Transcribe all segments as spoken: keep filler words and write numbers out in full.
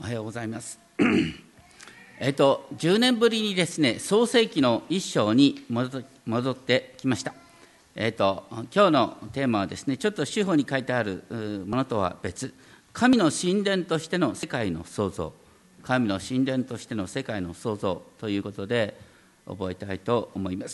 おはようございます。えっと、じゅうねんぶりにですね、創世記の一章に戻戻ってきました。えっと、今日のテーマはですね、ちょっと司法に書いてあるものとは別、神の神殿としての世界の創造、神の神殿としての世界の創造ということで覚えたいと思います。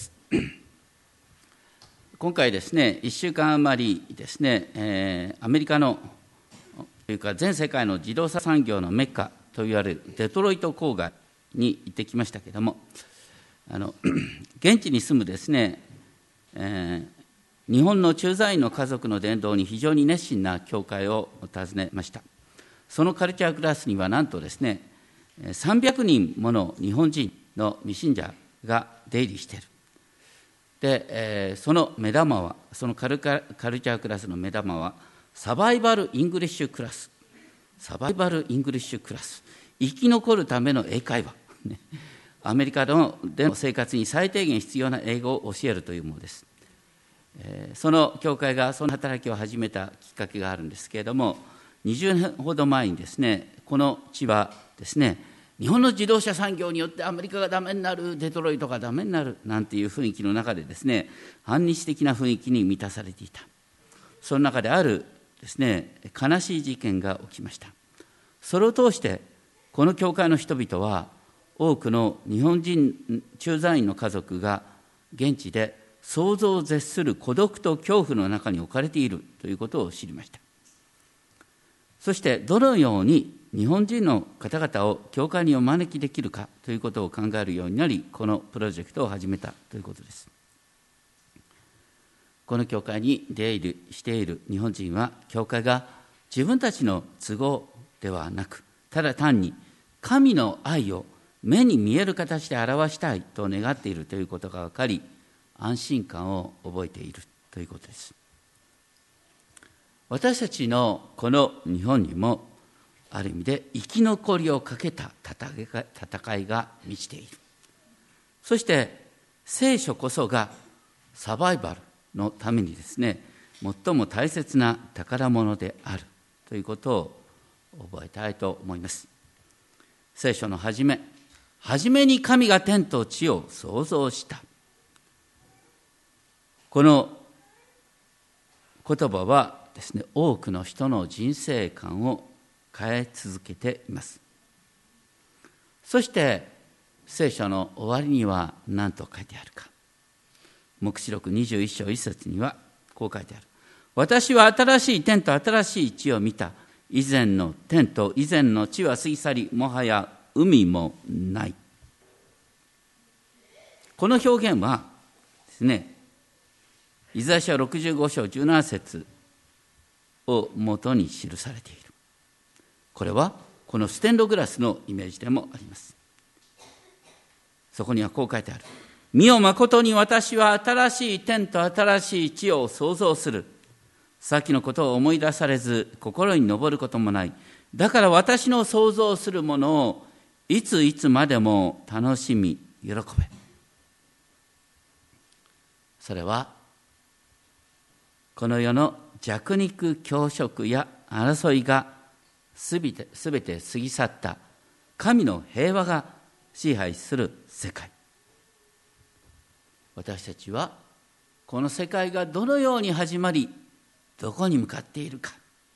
今回ですね、いっしゅうかん余りですね、えー、アメリカのというか全世界の自動車産業のメッカといわれるデトロイト郊外に行ってきましたけれども、あの現地に住むですね、えー、日本の駐在員の家族の伝道に非常に熱心な教会を訪ねました。そのカルチャークラスにはなんとですね、さんびゃくにんもの日本人の未信者が出入りしている。で、えー、その目玉は、そのカルカ、カルチャークラスの目玉はサバイバルイングリッシュクラス。サバイバルイングリッシュクラス。生き残るための英会話。アメリカのでの生活に最低限必要な英語を教えるというものです。えー、その教会がその働きを始めたきっかけがあるんですけれども、にじゅうねんほど前にですね、この地はですね、日本の自動車産業によってアメリカがダメになる、デトロイトがダメになるなんていう雰囲気の中でですね、反日的な雰囲気に満たされていた。その中であるですね、悲しい事件が起きました。それを通してこの教会の人々は多くの日本人駐在員の家族が現地で想像を絶する孤独と恐怖の中に置かれているということを知りました。そしてどのように日本人の方々を教会にお招きできるかということを考えるようになり、このプロジェクトを始めたということです。この教会に出入りしている日本人は、教会が自分たちの都合ではなく、ただ単に神の愛を目に見える形で表したいと願っているということが分かり、安心感を覚えているということです。私たちのこの日本にも、ある意味で生き残りをかけた戦いが満ちている。そして聖書こそがサバイバルのためにですね、最も大切な宝物であるということを覚えたいと思います。聖書の初め、初めに神が天と地を創造した。この言葉はですね、多くの人の人生観を変え続けています。そして聖書の終わりには何と書いてあるか。黙示録にじゅういっ章いっ節にはこう書いてある。私は新しい天と新しい地を見た。以前の天と以前の地は過ぎ去り、もはや海もない。この表現はですね、イザヤ書ろくじゅうご章じゅうなな節を元に記されている。これはこのステンドグラスのイメージでもあります。そこにはこう書いてある。見よ、誠に私は新しい天と新しい地を創造する。先のことを思い出されず、心に上ることもない。だから私の創造するものをいついつまでも楽しみ、喜べ。それは、この世の弱肉強食や争いがすべて、すべて過ぎ去った神の平和が支配する世界。私たちはこの世界がどのように始まり、どこに向かっているか、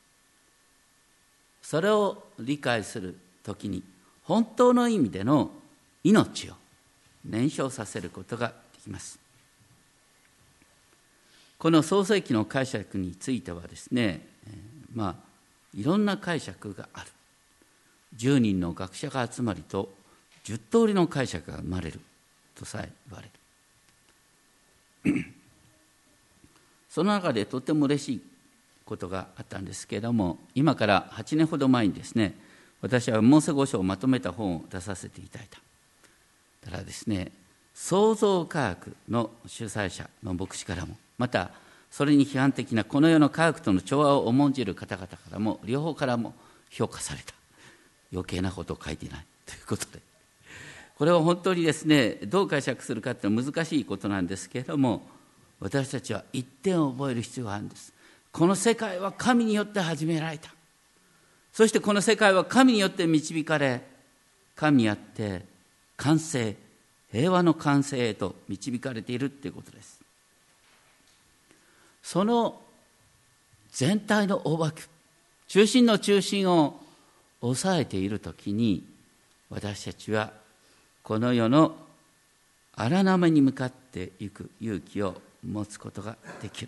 それを理解するときに本当の意味での命を燃焼させることができます。この創世記の解釈についてはですね、えー、まあいろんな解釈がある。じゅうにんの学者が集まりとじゅっ通りの解釈が生まれるとさえ言われる。その中でとても嬉しいことがあったんですけれども、今からはちねんほど前にですね、私はモーセ五書をまとめた本を出させていただいた。ただですね、創造科学の主催者の牧師からも、またそれに批判的なこの世の科学との調和を重んじる方々からも、両方からも評価された。余計なことを書いていないということで、これは本当にですね、どう解釈するかっていうのは難しいことなんですけれども、私たちは一点を覚える必要があるんです。この世界は神によって始められた。そそしてこの世界は神によって導かれ、神にあって完成、平和の完成へと導かれているということです。その全体の大枠、中心の中心を抑えているときに、私たちはこの世の荒波に向かっていく勇気を持つことができる。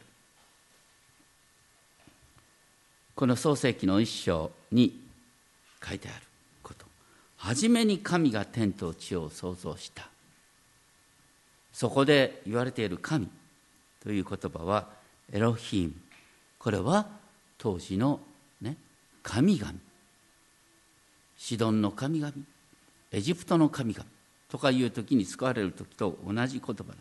この創世記の一章に書いてあること、はじめに神が天と地を創造した。そこで言われている神という言葉はエロヒーム。これは当時の、ね、神々、シドンの神々、エジプトの神々とかいう時に使われる時と同じ言葉なんです。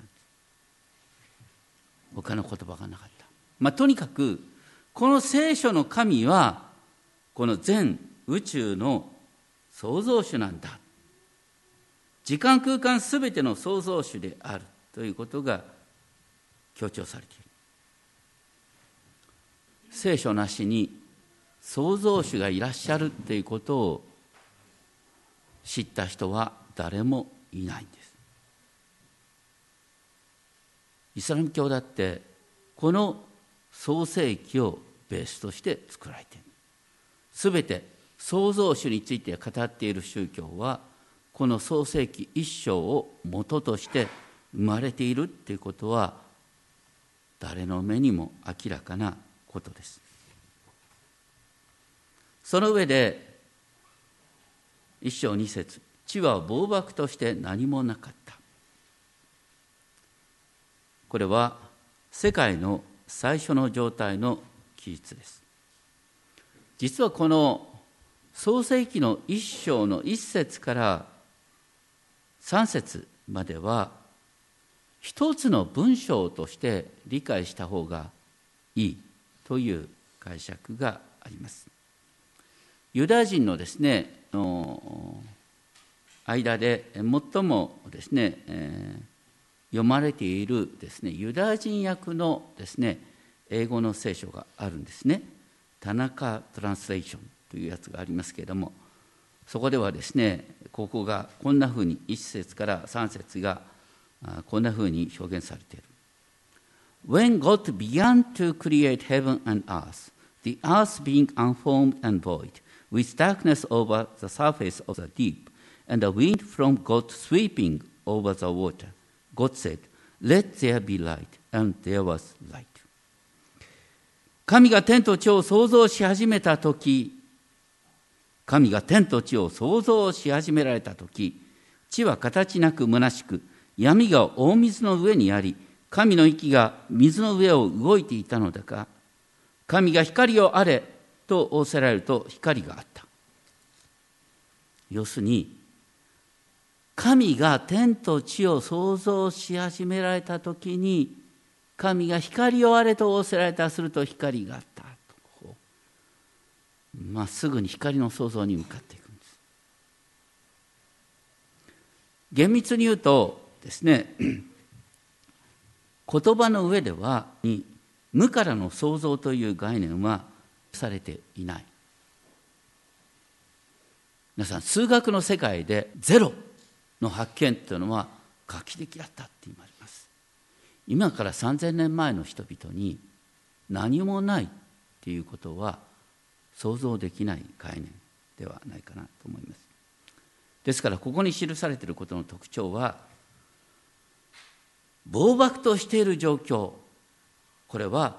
他の言葉がなかった。まあ、とにかくこの聖書の神はこの全宇宙の創造主なんだ。時間空間すべての創造主であるということが強調されている。聖書なしに創造主がいらっしゃるということを知った人は誰もいないんです。イスラム教だってこの創世記をベースとして作られている。すべて創造主について語っている宗教はこの創世記一章を元として生まれているということは誰の目にも明らかなことです。その上で一章二節、地は暴漠として何もなかった。これは世界の最初の状態の記述です。実はこの創世記の一章の一節から三節までは一つの文章として理解した方がいいという解釈があります。ユダヤ人のですね、の間で最もですね、えー、読まれているですね、ユダヤ人訳のですね、英語の聖書があるんですね。タナカトランスレーションというやつがありますけれども、そこではですね、ここがこんなふうに一節から三節がこんなふうに表現されている。When God began to create heaven and earth, the earth being unformed and void, with darkness over the surface of the deep, and the wind from God sweeping over the water, God said, Let there be light, and there was light. 神が天と地を創造し始めたとき、神が天と地を創造し始められたとき、地は形なく虚しく、闇が大水の上にあり、神の息が水の上を動いていたのだが、神が光をあれと仰せられると光があった。要するに、神が天と地を創造し始められたときに、神が光をあれと仰せられたすると光があったと、まあ、すぐに光の創造に向かっていくんです。厳密に言うとですね、言葉の上では無からの創造という概念はされていない。皆さん、数学の世界でゼロの発見というのは画期的だったって言われます。今からさんぜんねんまえの人々に何もないっていうことは想像できない概念ではないかなと思います。ですからここに記されていることの特徴は、暴漠としている状況、これは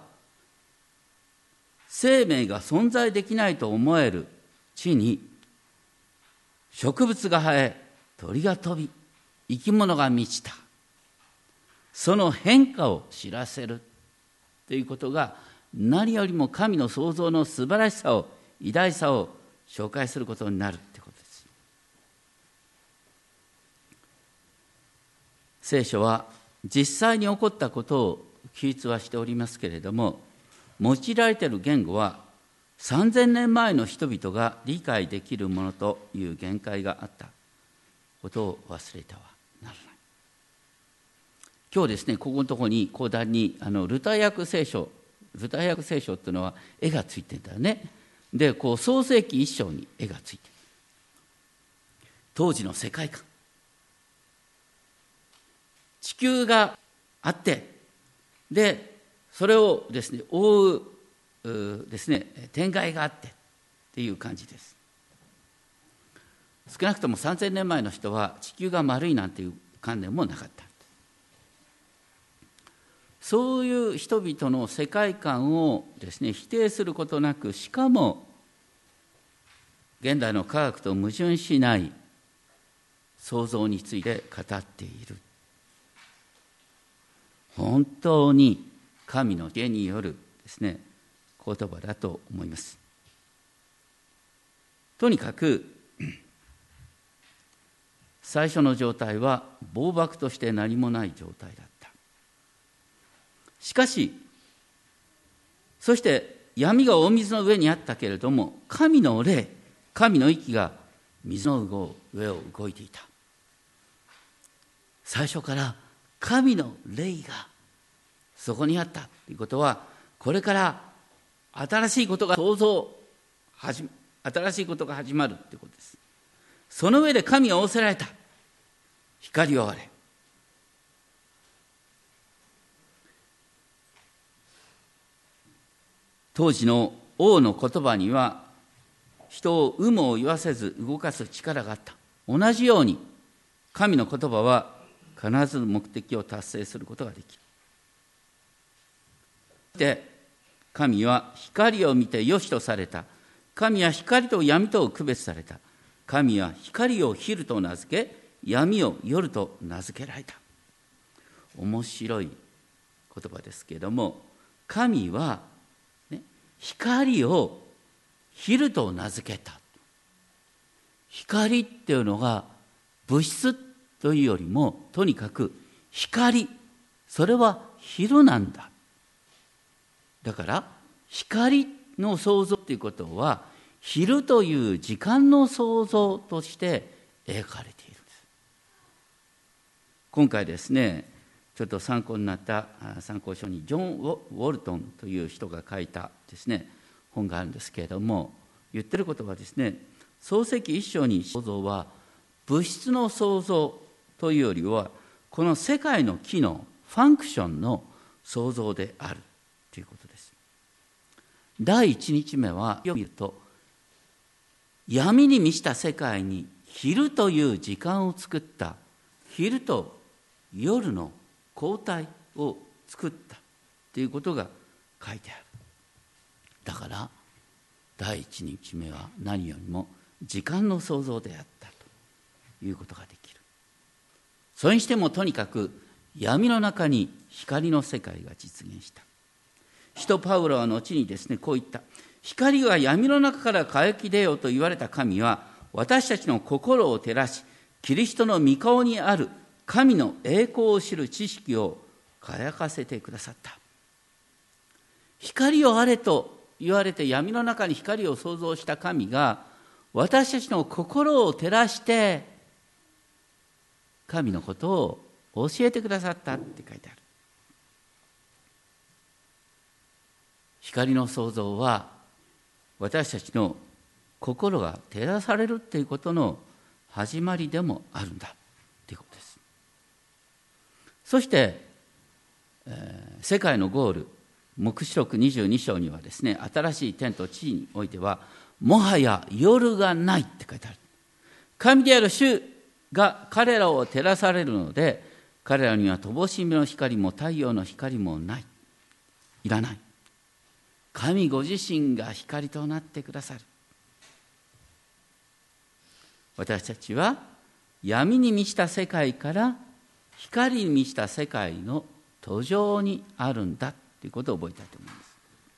生命が存在できないと思える地に植物が生え、鳥が飛び、生き物が満ちた、その変化を知らせるということが、何よりも神の創造の素晴らしさを、偉大さを紹介することになるということです。聖書は実際に起こったことを記述はしておりますけれども、用いられている言語はさんぜんねんまえの人々が理解できるものという限界があったことを忘れてはならない。今日ですね、ここのところに講談にあのルター訳聖書、ルター訳聖書っていうのは絵がついてるんだよね。 で、こう創世記一章に絵がついている。当時の世界観。地球があって、で、それをですね、覆うですね、天外があってっていう感じです。少なくともさんぜんねんまえの人は地球が丸いなんていう観念もなかった。そういう人々の世界観をですね、否定することなく、しかも現代の科学と矛盾しない創造について語っている。本当に神の知恵によるですね、言葉だと思います。とにかく最初の状態は暴漠として何もない状態だった。しかし、そして闇が大水の上にあったけれども、神の霊、神の息が水の上を動いていた。最初から神の霊がそこにあったということは、これから新しいことが創造、新しいことが始まるということです。その上で神が仰せられた。光をあれ。当時の王の言葉には、人を有無を言わせず動かす力があった。同じように、神の言葉は必ず目的を達成することができる。そして神は光を見て良しとされた。神は光と闇とを区別された。神は光を昼と名付け、闇を夜と名付けられた。面白い言葉ですけれども、神は、ね、光を昼と名付けた。光っていうのが物質というよりも、とにかく光、それは昼なんだ。だから光の創造ということは、昼という時間の創造として描かれているんです。今回ですね、ちょっと参考になった参考書にジョン・ウォルトンという人が書いたですね、本があるんですけれども、言ってることはですね、創世記一章に創造は物質の創造というよりは、この世界の機能、ファンクションの創造であるということです。第一日目はよく見ると、闇に満ちた世界に昼という時間を作った、昼と夜の交代を作ったということが書いてある。だから第一日目は何よりも時間の創造であったということができる。それにしてもとにかく闇の中に光の世界が実現した。使徒パウロは後にですね、こう言った。光が闇の中から輝き出ようと言われた神は、私たちの心を照らし、キリストの御顔にある神の栄光を知る知識を輝かせてくださった。光をあれと言われて闇の中に光を創造した神が、私たちの心を照らして神のことを教えてくださったって書いてある。光の創造は私たちの心が照らされるっていうことの始まりでもあるんだっていうことです。そして、えー、世界のゴール、黙示録にじゅうに章にはですね、新しい天と地においてはもはや夜がないって書いてある。神である主が彼らを照らされるので、彼らには乏しみの光も太陽の光もない、いらない。神ご自身が光となってくださる。私たちは闇に満ちた世界から光に満ちた世界の途上にあるんだということを覚えたいと思います。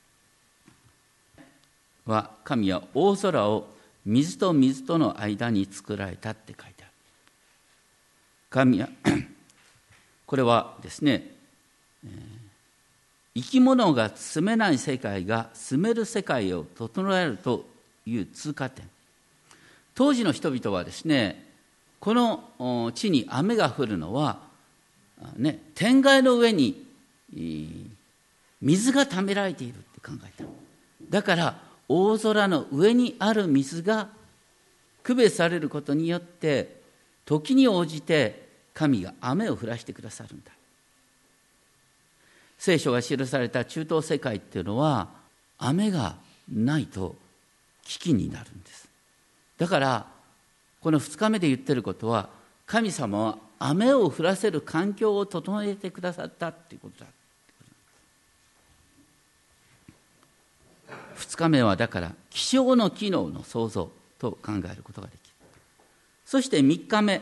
は神は大空を水と水との間に作られたって書いてある。神はこれはですね、えー生き物が住めない世界が住める世界を整えるという通過点。当時の人々はですね、この地に雨が降るのは、ね、天蓋の上に水が溜められているって考えた。だから大空の上にある水が区別されることによって、時に応じて神が雨を降らしてくださるんだ。聖書が記された中東世界っていうのは、雨がないと危機になるんです。だからこのふつかめで言ってることは、神様は雨を降らせる環境を整えてくださったっていうことだ。ふつかめはだから気象の機能の創造と考えることができる。そしてみっかめ、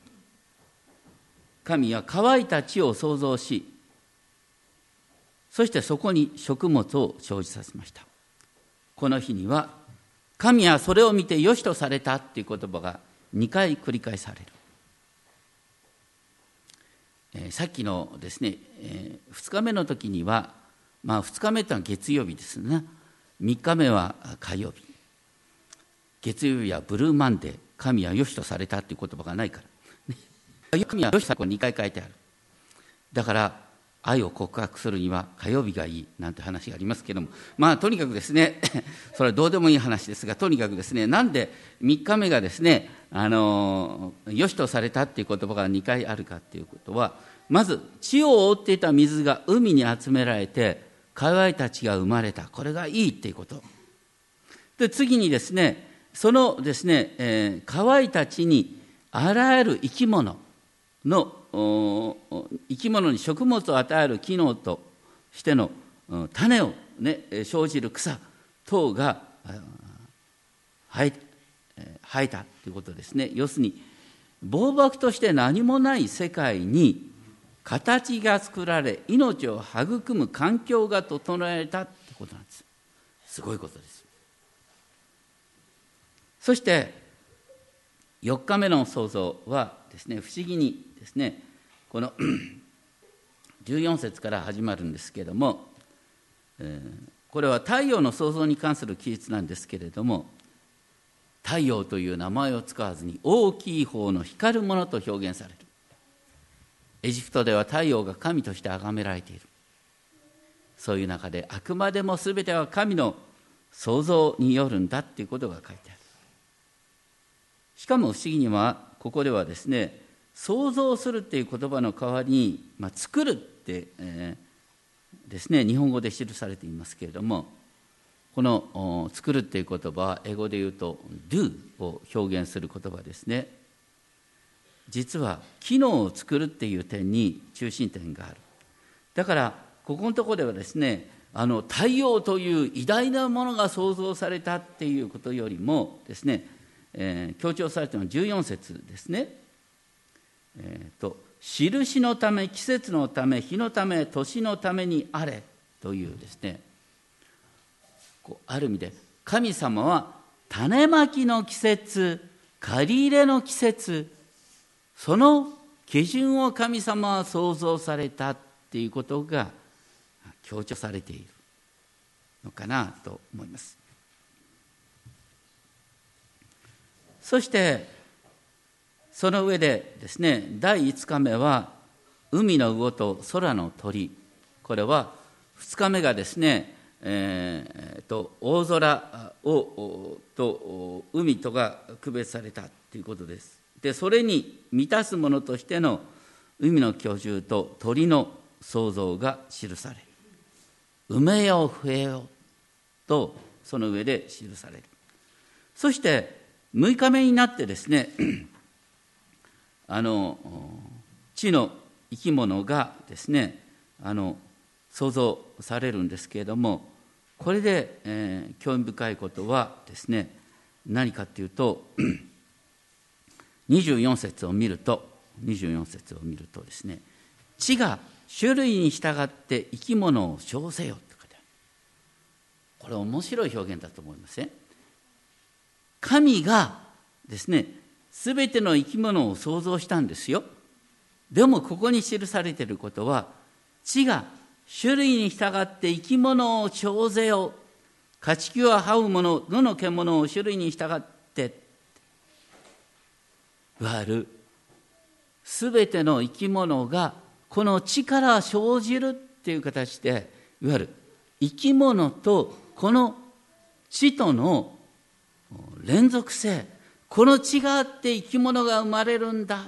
神は乾いた地を創造し、そしてそこに食物を生じさせました。この日には神はそれを見て良しとされたっていう言葉がにかい繰り返される。えー、さっきのですね、えー、ふつかめの時には、まあふつかめというのは月曜日ですね。みっかめは火曜日。月曜日はブルーマンデー、神は良しとされたっていう言葉がないから。神は良しとされたにかい書いてある。だから愛を告白するには火曜日がいいなんて話がありますけども、まあとにかくですね、それはどうでもいい話ですが、とにかくですね、なんでみっかめがですね、あの良しとされたっていう言葉がにかいあるかっていうことは、まず地を覆っていた水が海に集められて乾いた地が生まれた、これがいいっていうこと。で次にですね、そのですね、えー、乾いた地にあらゆる生き物の生き物に食物を与える機能としての種を、ね、生じる草等が生え、生えたということですね。要するに暴漠として何もない世界に形が作られ、命を育む環境が整えられたということなんです。すごいことです。そしてよっかめの創造はですね、不思議にですね、このじゅうよん節から始まるんですけれども、えー、これは太陽の創造に関する記述なんですけれども、太陽という名前を使わずに大きい方の光るものと表現される。エジプトでは太陽が神として崇められている。そういう中であくまでもすべては神の創造によるんだということが書いてある。しかも不思議にはここではですね、創造するっていう言葉の代わりに、まあ、作るって、えー、ですね、日本語で記されていますけれども、この作るっていう言葉は英語で言うと do を表現する言葉ですね。実は機能を作るっていう点に中心点がある。だからここのところではですね、あの太陽という偉大なものが創造されたっていうことよりもですね、えー、強調されているのはじゅうよん節ですね。えー、と印のため、季節のため、日のため、年のためにあれというですね、こうある意味で神様は種まきの季節、刈り入れの季節、その基準を神様は創造されたっていうことが強調されているのかなと思います。そしてその上でですね、だいいつかめは海の魚と空の鳥、これはふつかめがですね、えー、と大空をと海とが区別されたということです。でそれに満たすものとしての海の居住と鳥の創造が記される。埋めよ増えよとその上で記される。そしてむいかめになってですね、あの地の生き物がですね、あの創造されるんですけれども、これで、えー、興味深いことはですね、何かというとにじゅうよん節を見るとにじゅうよん節を見るとですね、地が種類に従って生き物を称せよって書いてある。これ面白い表現だと思いません？神がですね、すべての生き物を創造したんですよ。でもここに記されていることは、地が種類に従って生き物を称せよ、家畜は這うもの、野の獣を種類に従って、いわゆるすべての生き物がこの地から生じるっていう形で、いわゆる生き物とこの地との連続性、この地があって生き物が生まれるんだ。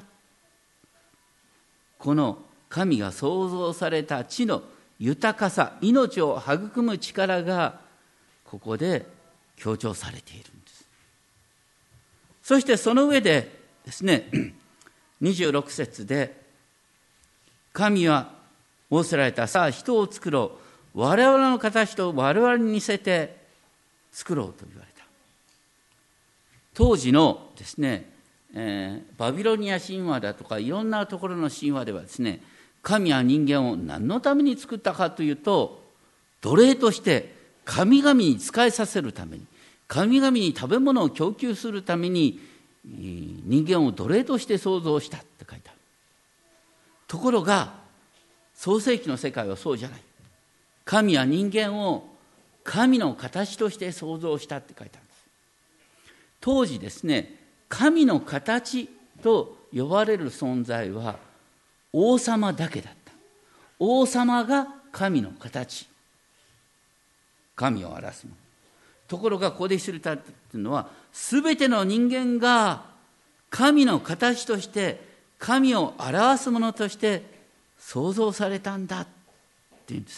この神が創造された地の豊かさ、命を育む力がここで強調されているんです。そしてその上でですね、にじゅうろく節で、神は仰せられた、さあ人を作ろう、我々の形と我々に似せて作ろうと言われた。当時のですね、えー、バビロニア神話だとかいろんなところの神話ではですね、神は人間を何のために作ったかというと、奴隷として神々に仕えさせるために、神々に食べ物を供給するために人間を奴隷として創造したって書いてある。ところが創世記の世界はそうじゃない。神は人間を神の形として創造したって書いてあるんです。当時ですね、神の形と呼ばれる存在は王様だけだった。王様が神の形、神を表すもの。ところがここで知りたいというのは、すべての人間が神の形として神を表すものとして創造されたんだっていうんです。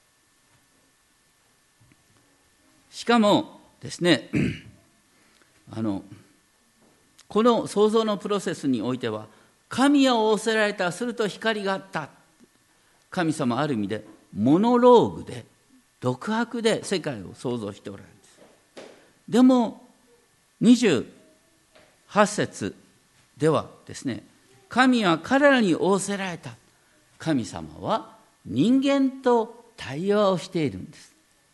しかもですね、あのこの創造のプロセスにおいては、神は仰せられた、すると光があった。神様はある意味でモノローグで独白で世界を創造しておられるんです。でもにじゅうはち節ではですね、神は彼らに仰せられた。神様は人間と対話をしているんです。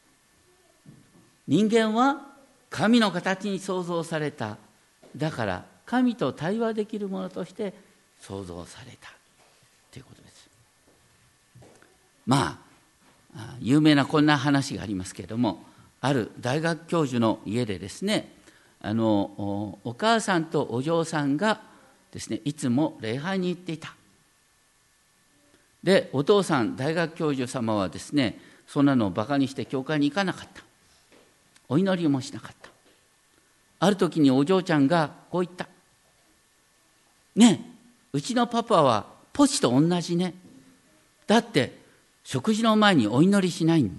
人間は神の形に創造された。だから神と対話できるものとして創造されたということです。まあ有名なこんな話がありますけれども、ある大学教授の家でですね、あの お, お母さんとお嬢さんがですね、いつも礼拝に行っていた。で、お父さん、大学教授様はですね、そんなのをバカにして教会に行かなかった。お祈りもしなかった。ある時にお嬢ちゃんがこう言った。ねえ、うちのパパはポチと同じね。だって食事の前にお祈りしないもの。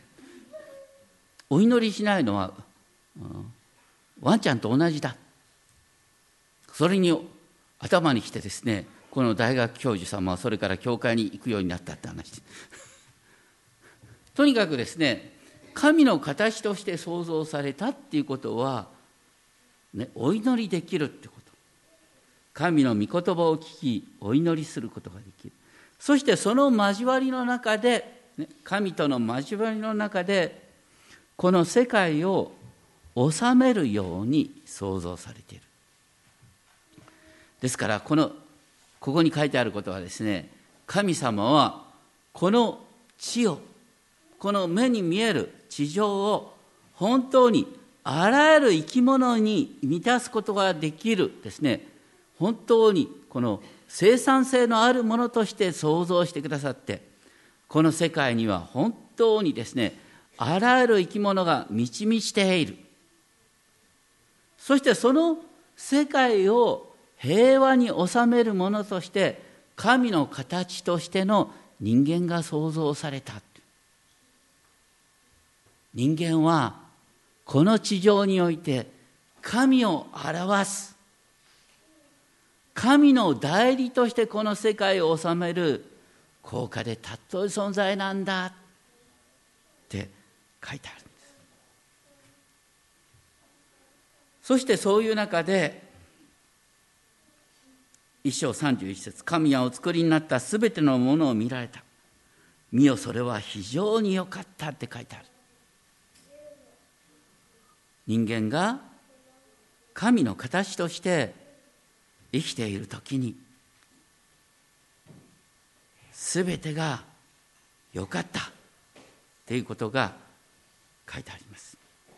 お祈りしないのは、うん、ワンちゃんと同じだ。それに頭にきてですね、この大学教授様はそれから教会に行くようになったって話です。とにかくですね、神の形として創造されたっていうことは、ね、お祈りできるってこと。神の御言葉を聞き、お祈りすることができる。そしてその交わりの中で、ね、神との交わりの中で、この世界を治めるように創造されている。ですからこのここに書いてあることはですね、神様はこの地を、この目に見える地上を本当にあらゆる生き物に満たすことができるですね、本当にこの生産性のあるものとして創造してくださって、この世界には本当にですね、あらゆる生き物が満ち満ちている。そしてその世界を平和に収めるものとして神の形としての人間が創造された。人間はこの地上において神を表す、神の代理としてこの世界を治める高価で尊い存在なんだって書いてあるんです。そしてそういう中で一章さんじゅういち節、神はお作りになったすべてのものを見られた。見よ、それは非常に良かったって書いてある。人間が神の形として生きているときに、すべてが良かったっていうことが書いてあります。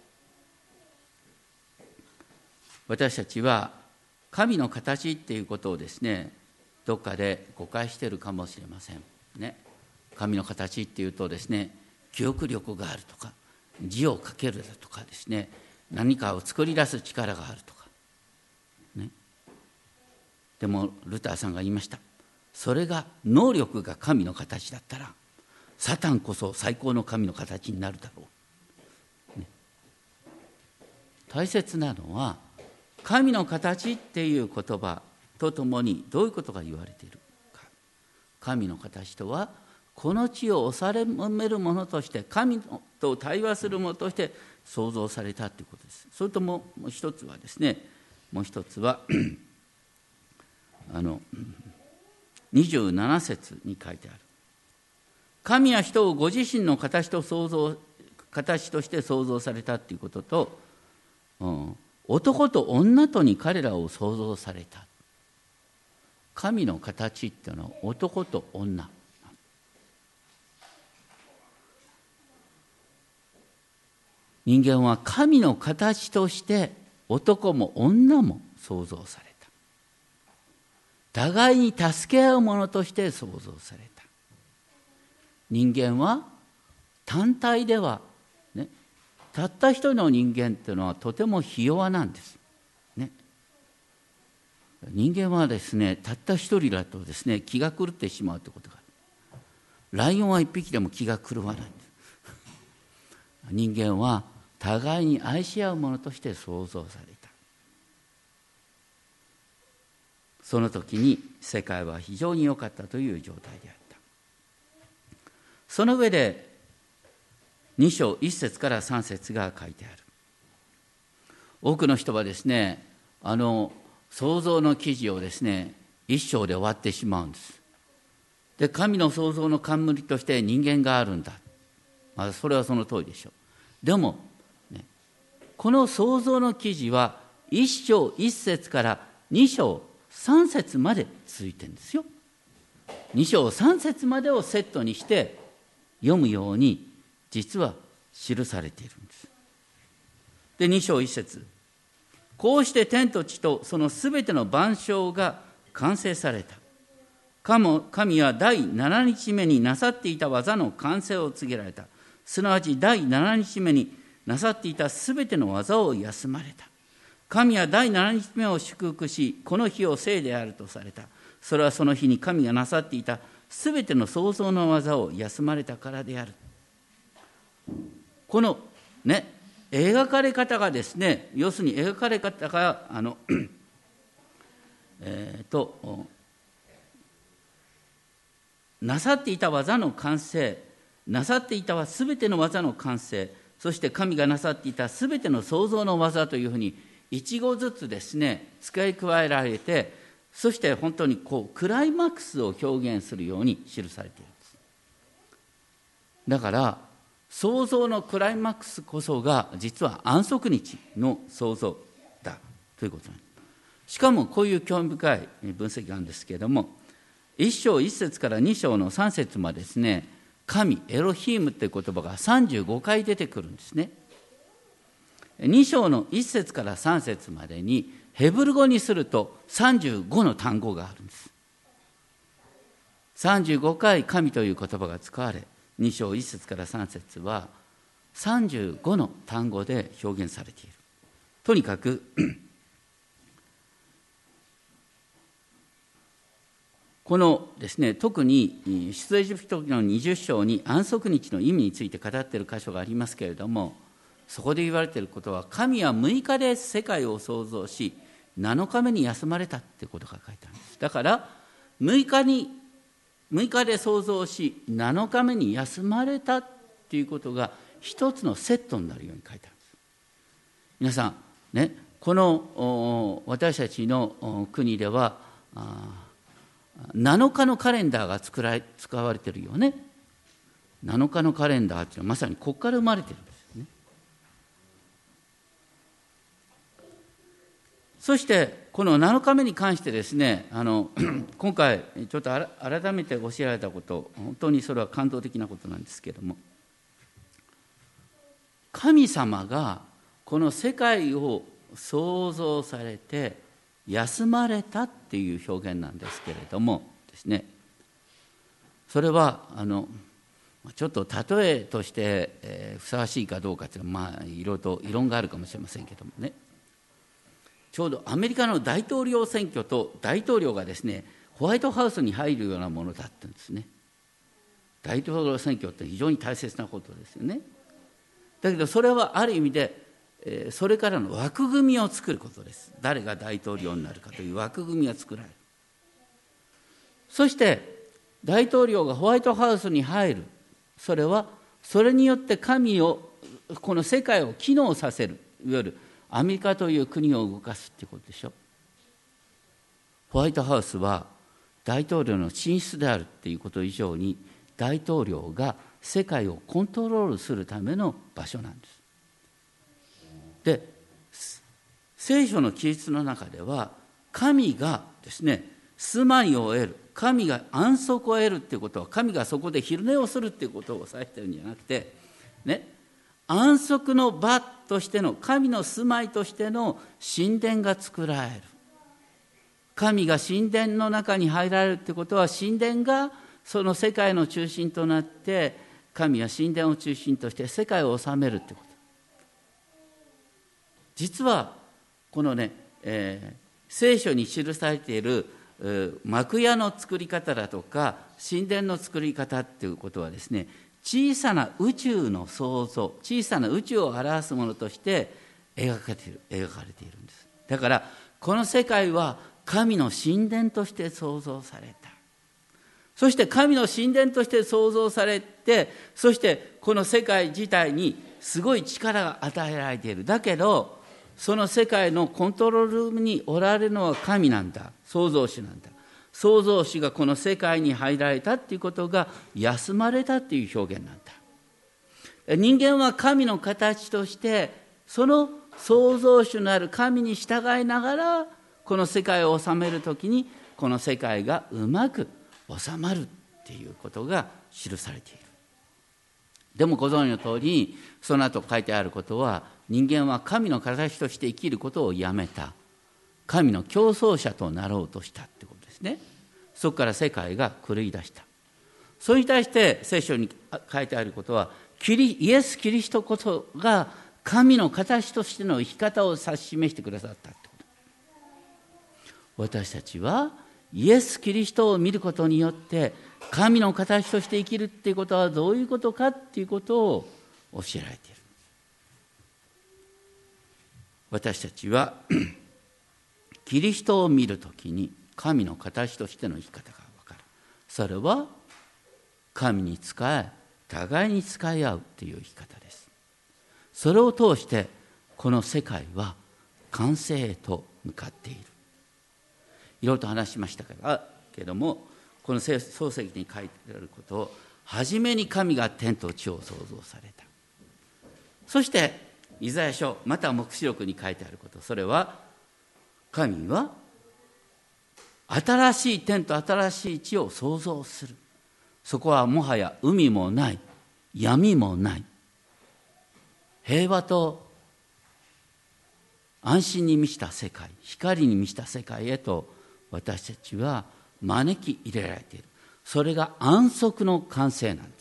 私たちは神の形っていうことをですね、どっかで誤解しているかもしれませんね。神の形っていうとですね、記憶力があるとか字を書けるだとかですね、何かを作り出す力があるとか、ね、でもルターさんが言いました。それが能力が神の形だったらサタンこそ最高の神の形になるだろう、ね、大切なのは神の形っていう言葉とともにどういうことが言われているか。神の形とはこの地を治めるものとして、神と対話するものとして創造されたということです。それともう一つはですね、もう一つはあのにじゅうなな節に書いてある。神は人をご自身の形と創造形として創造されたということと、うん、男と女とに彼らを創造された。神の形っていうのは男と女。人間は神の形として男も女も創造された。互いに助け合うものとして創造された。人間は単体では、ね、たった一人の人間っていうのはとてもひ弱なんです、ね、人間はですね、たった一人だとですね、気が狂ってしまうということがある。ライオンは一匹でも気が狂わないんです。人間は互いに愛し合うものとして創造された。その時に世界は非常に良かったという状態であった。その上でに章いち節からさん節が書いてある。多くの人はですね、あの創造の記事をですね、一章で終わってしまうんです。で、神の創造の冠として人間があるんだ。まあ、それはその通りでしょう。でも、ね、この創造の記事は一章一節から二章三節まで続いてるんですよ。二章三節までをセットにして読むように実は記されているんです。で、二章一節。こうして天と地とそのすべての万象が完成された。神は第七日目になさっていた技の完成を告げられた。すなわち第七日目になさっていたすべての技を休まれた。神は第七日目を祝福し、この日を聖であるとされた。それはその日に神がなさっていたすべての創造の技を休まれたからである。このね、描かれ方がですね、要するに描かれ方があのえーとなさっていた技の完成、なさっていたはすべての技の完成、そして神がなさっていたすべての創造の技というふうに一語ずつですね、付け加えられて、そして本当にこうクライマックスを表現するように記されているんです。だから創造のクライマックスこそが実は安息日の創造だということなんです。しかもこういう興味深い分析があるんですけれども、一章一節から二章の三節までですね、神エロヒームという言葉がさんじゅうごかい出てくるんですね。に章のいち節からさん節までにヘブル語にするとさんじゅうごの単語があるんです。さんじゅうごかい神という言葉が使われ、に章いち節からさん節はさんじゅうごの単語で表現されている。とにかくこのですね、特に出エジプト記のにじゅう章に安息日の意味について語っている箇所がありますけれども、そこで言われていることは、神はむいかで世界を創造しなのかめに休まれたってことが書いてあるんです。だからむいかにむいかで創造しなのかめに休まれたっていうことが一つのセットになるように書いてあるんです。皆さんね、この私たちの国ではなのかのカレンダーが作られ使われているよね。なのかのカレンダーっていうのはまさにここから生まれているんですよね。そしてこのなのかめに関してですね、あの今回ちょっと改めて教えられたこと、本当にそれは感動的なことなんですけれども、神様がこの世界を創造されて休まれたっていう表現なんですけれどもですね、それはあのちょっと例えとして、えー、ふさわしいかどうかというのは、まあ、いろいろと異論があるかもしれませんけどもね、ちょうどアメリカの大統領選挙と大統領がですね、ホワイトハウスに入るようなものだったんですね。大統領選挙って非常に大切なことですよね。だけどそれはある意味で、えー、それからの枠組みを作ることです。誰が大統領になるかという枠組みが作られる。そして大統領がホワイトハウスに入る、それはそれによって神を、この世界を機能させる、いわゆるアメリカという国を動かすっていうことでしょ。ホワイトハウスは大統領の寝室であるっていうこと以上に、大統領が世界をコントロールするための場所なんです。で、聖書の記述の中では、神がですね、住まいを得る、神が安息を得るっていうことは、神がそこで昼寝をするっていうことを指しているんじゃなくて、ね、安息の場としての、神の住まいとしての神殿が作られる。神が神殿の中に入られるってことは、神殿がその世界の中心となって、神は神殿を中心として世界を治めるってこと。実はこのね、えー、聖書に記されている幕屋の作り方だとか神殿の作り方っていうことはですね、小さな宇宙の創造、小さな宇宙を表すものとして描かれている、描かれているんです。だからこの世界は神の神殿として創造された。そして神の神殿として創造されて、そしてこの世界自体にすごい力が与えられている。だけどその世界のコントロールルームにおられるのは神なんだ、創造主なんだ。創造主がこの世界に入られたっていうことが休まれたっていう表現なんだ。人間は神の形としてその創造主のある神に従いながらこの世界を治めるときに、この世界がうまく収まるっていうことが記されている。でもご存知の通り、その後書いてあることは、人間は神の形として生きることをやめた。神の競争者となろうとしたってことですね。そこから世界が狂い出した。それに対して聖書に書いてあることは、キリイエス・キリストこそが神の形としての生き方を指し示してくださったってこと。私たちはイエス・キリストを見ることによって神の形として生きるっていうことはどういうことかっていうことを教えられている。私たちはキリストを見るときに神の形としての生き方が分かる。それは神に仕え、互いに仕え合うという生き方です。それを通してこの世界は完成へと向かっている。いろいろと話しましたからけども、この創世記に書いてあることを、初めに神が天と地を創造された。そしてイザヤ書または黙示録に書いてあること、それは神は新しい天と新しい地を創造する。そこはもはや海もない、闇もない、平和と安心に満ちた世界、光に満ちた世界へと私たちは招き入れられている。それが安息の完成なんです。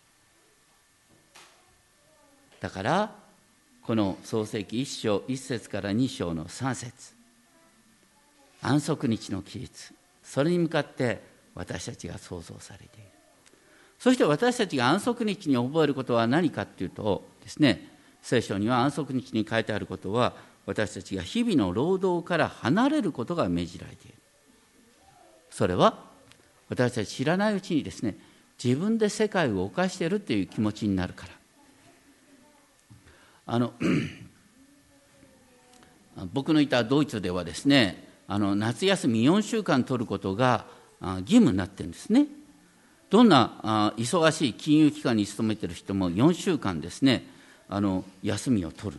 だからこの創世記一章一節から二章の三節、安息日の記述、それに向かって私たちが創造されている。そして私たちが安息日に覚えることは何かというとですね、聖書には安息日に書いてあることは、私たちが日々の労働から離れることが命じられている。それは私たち知らないうちにですね、自分で世界を犯しているという気持ちになるから。あの僕のいたドイツではですね、あの夏休みよんしゅうかん取ることが義務になってるんですね。どんな忙しい金融機関に勤めている人もよんしゅうかんですね、あの休みを取る。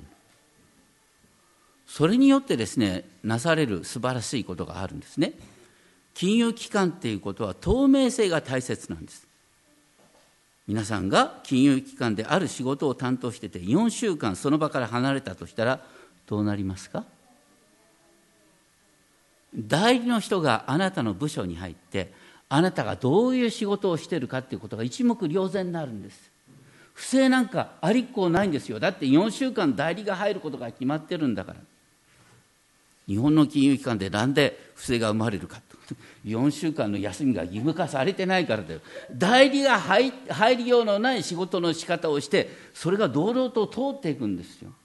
それによってですね、なされる素晴らしいことがあるんですね。金融機関っていうことは透明性が大切なんです。皆さんが金融機関である仕事を担当しててよんしゅうかんその場から離れたとしたらどうなりますか？代理の人があなたの部署に入って、 あなたがどういう仕事をしているかということが一目瞭然になるんです。不正なんかありっこないんですよ。だってよんしゅうかん代理が入ることが決まってるんだから。日本の金融機関でなんで不正が生まれるかと。よんしゅうかんの休みが義務化されてないからだよ。代理が入入りようのない仕事の仕方をして、それが堂々と通っていくんですよ。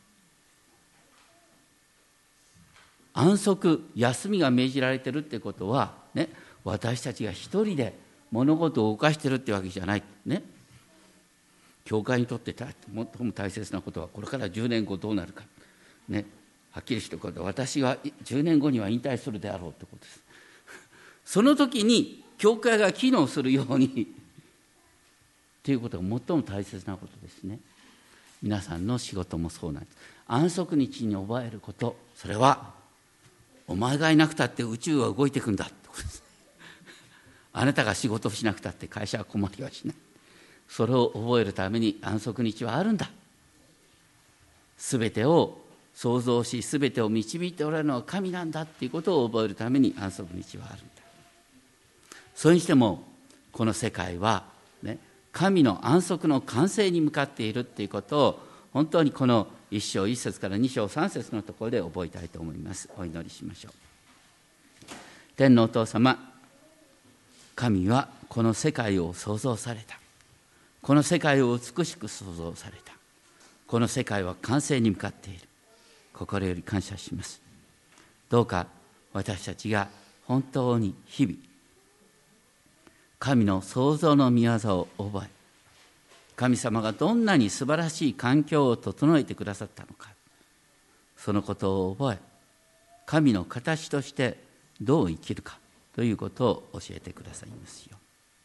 安息、休みが命じられてるってことは、ね、私たちが一人で物事を動かしてるってわけじゃない。ね。教会にとって最も大切なことは、これからじゅうねんごどうなるか。ね。はっきりしておくこと、私はじゅうねんごには引退するであろうということです。その時に教会が機能するようにということが最も大切なことですね。皆さんの仕事もそうなんです。安息日に覚えること、それはお前がいなくたって宇宙は動いていくんだってことです。あなたが仕事をしなくたって会社は困りはしない。それを覚えるために安息日はあるんだ。すべてを創造し、すべてを導いておられるのは神なんだっていうことを覚えるために安息日はあるんだ。それにしてもこの世界は、ね、神の安息の完成に向かっているっていうことを本当にこの一章一節から二章三節のところで覚えたいと思います。お祈りしましょう。天のお父様、神はこの世界を創造された。この世界を美しく創造された。この世界は完成に向かっている。心より感謝します。どうか私たちが本当に日々神の創造の御業を覚え、神様がどんなに素晴らしい環境を整えてくださったのか、そのことを覚え、神の形としてどう生きるかということを教えてくださいますよ。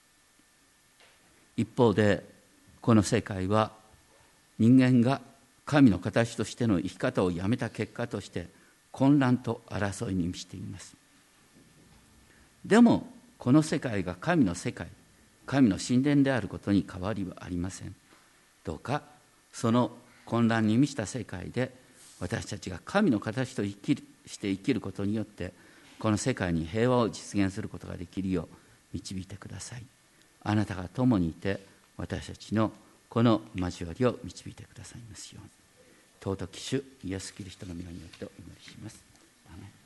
一方でこの世界は人間が神の形としての生き方をやめた結果として混乱と争いに満ちています。でもこの世界が神の世界、神の神殿であることに変わりはありません。どうかその混乱に満ちた世界で私たちが神の形と生きるして生きることによってこの世界に平和を実現することができるよう導いてください。あなたが共にいて私たちのこの交わりを導いてくださいますように。尊き主イエスキリストの御名によってお祈りします。アメン。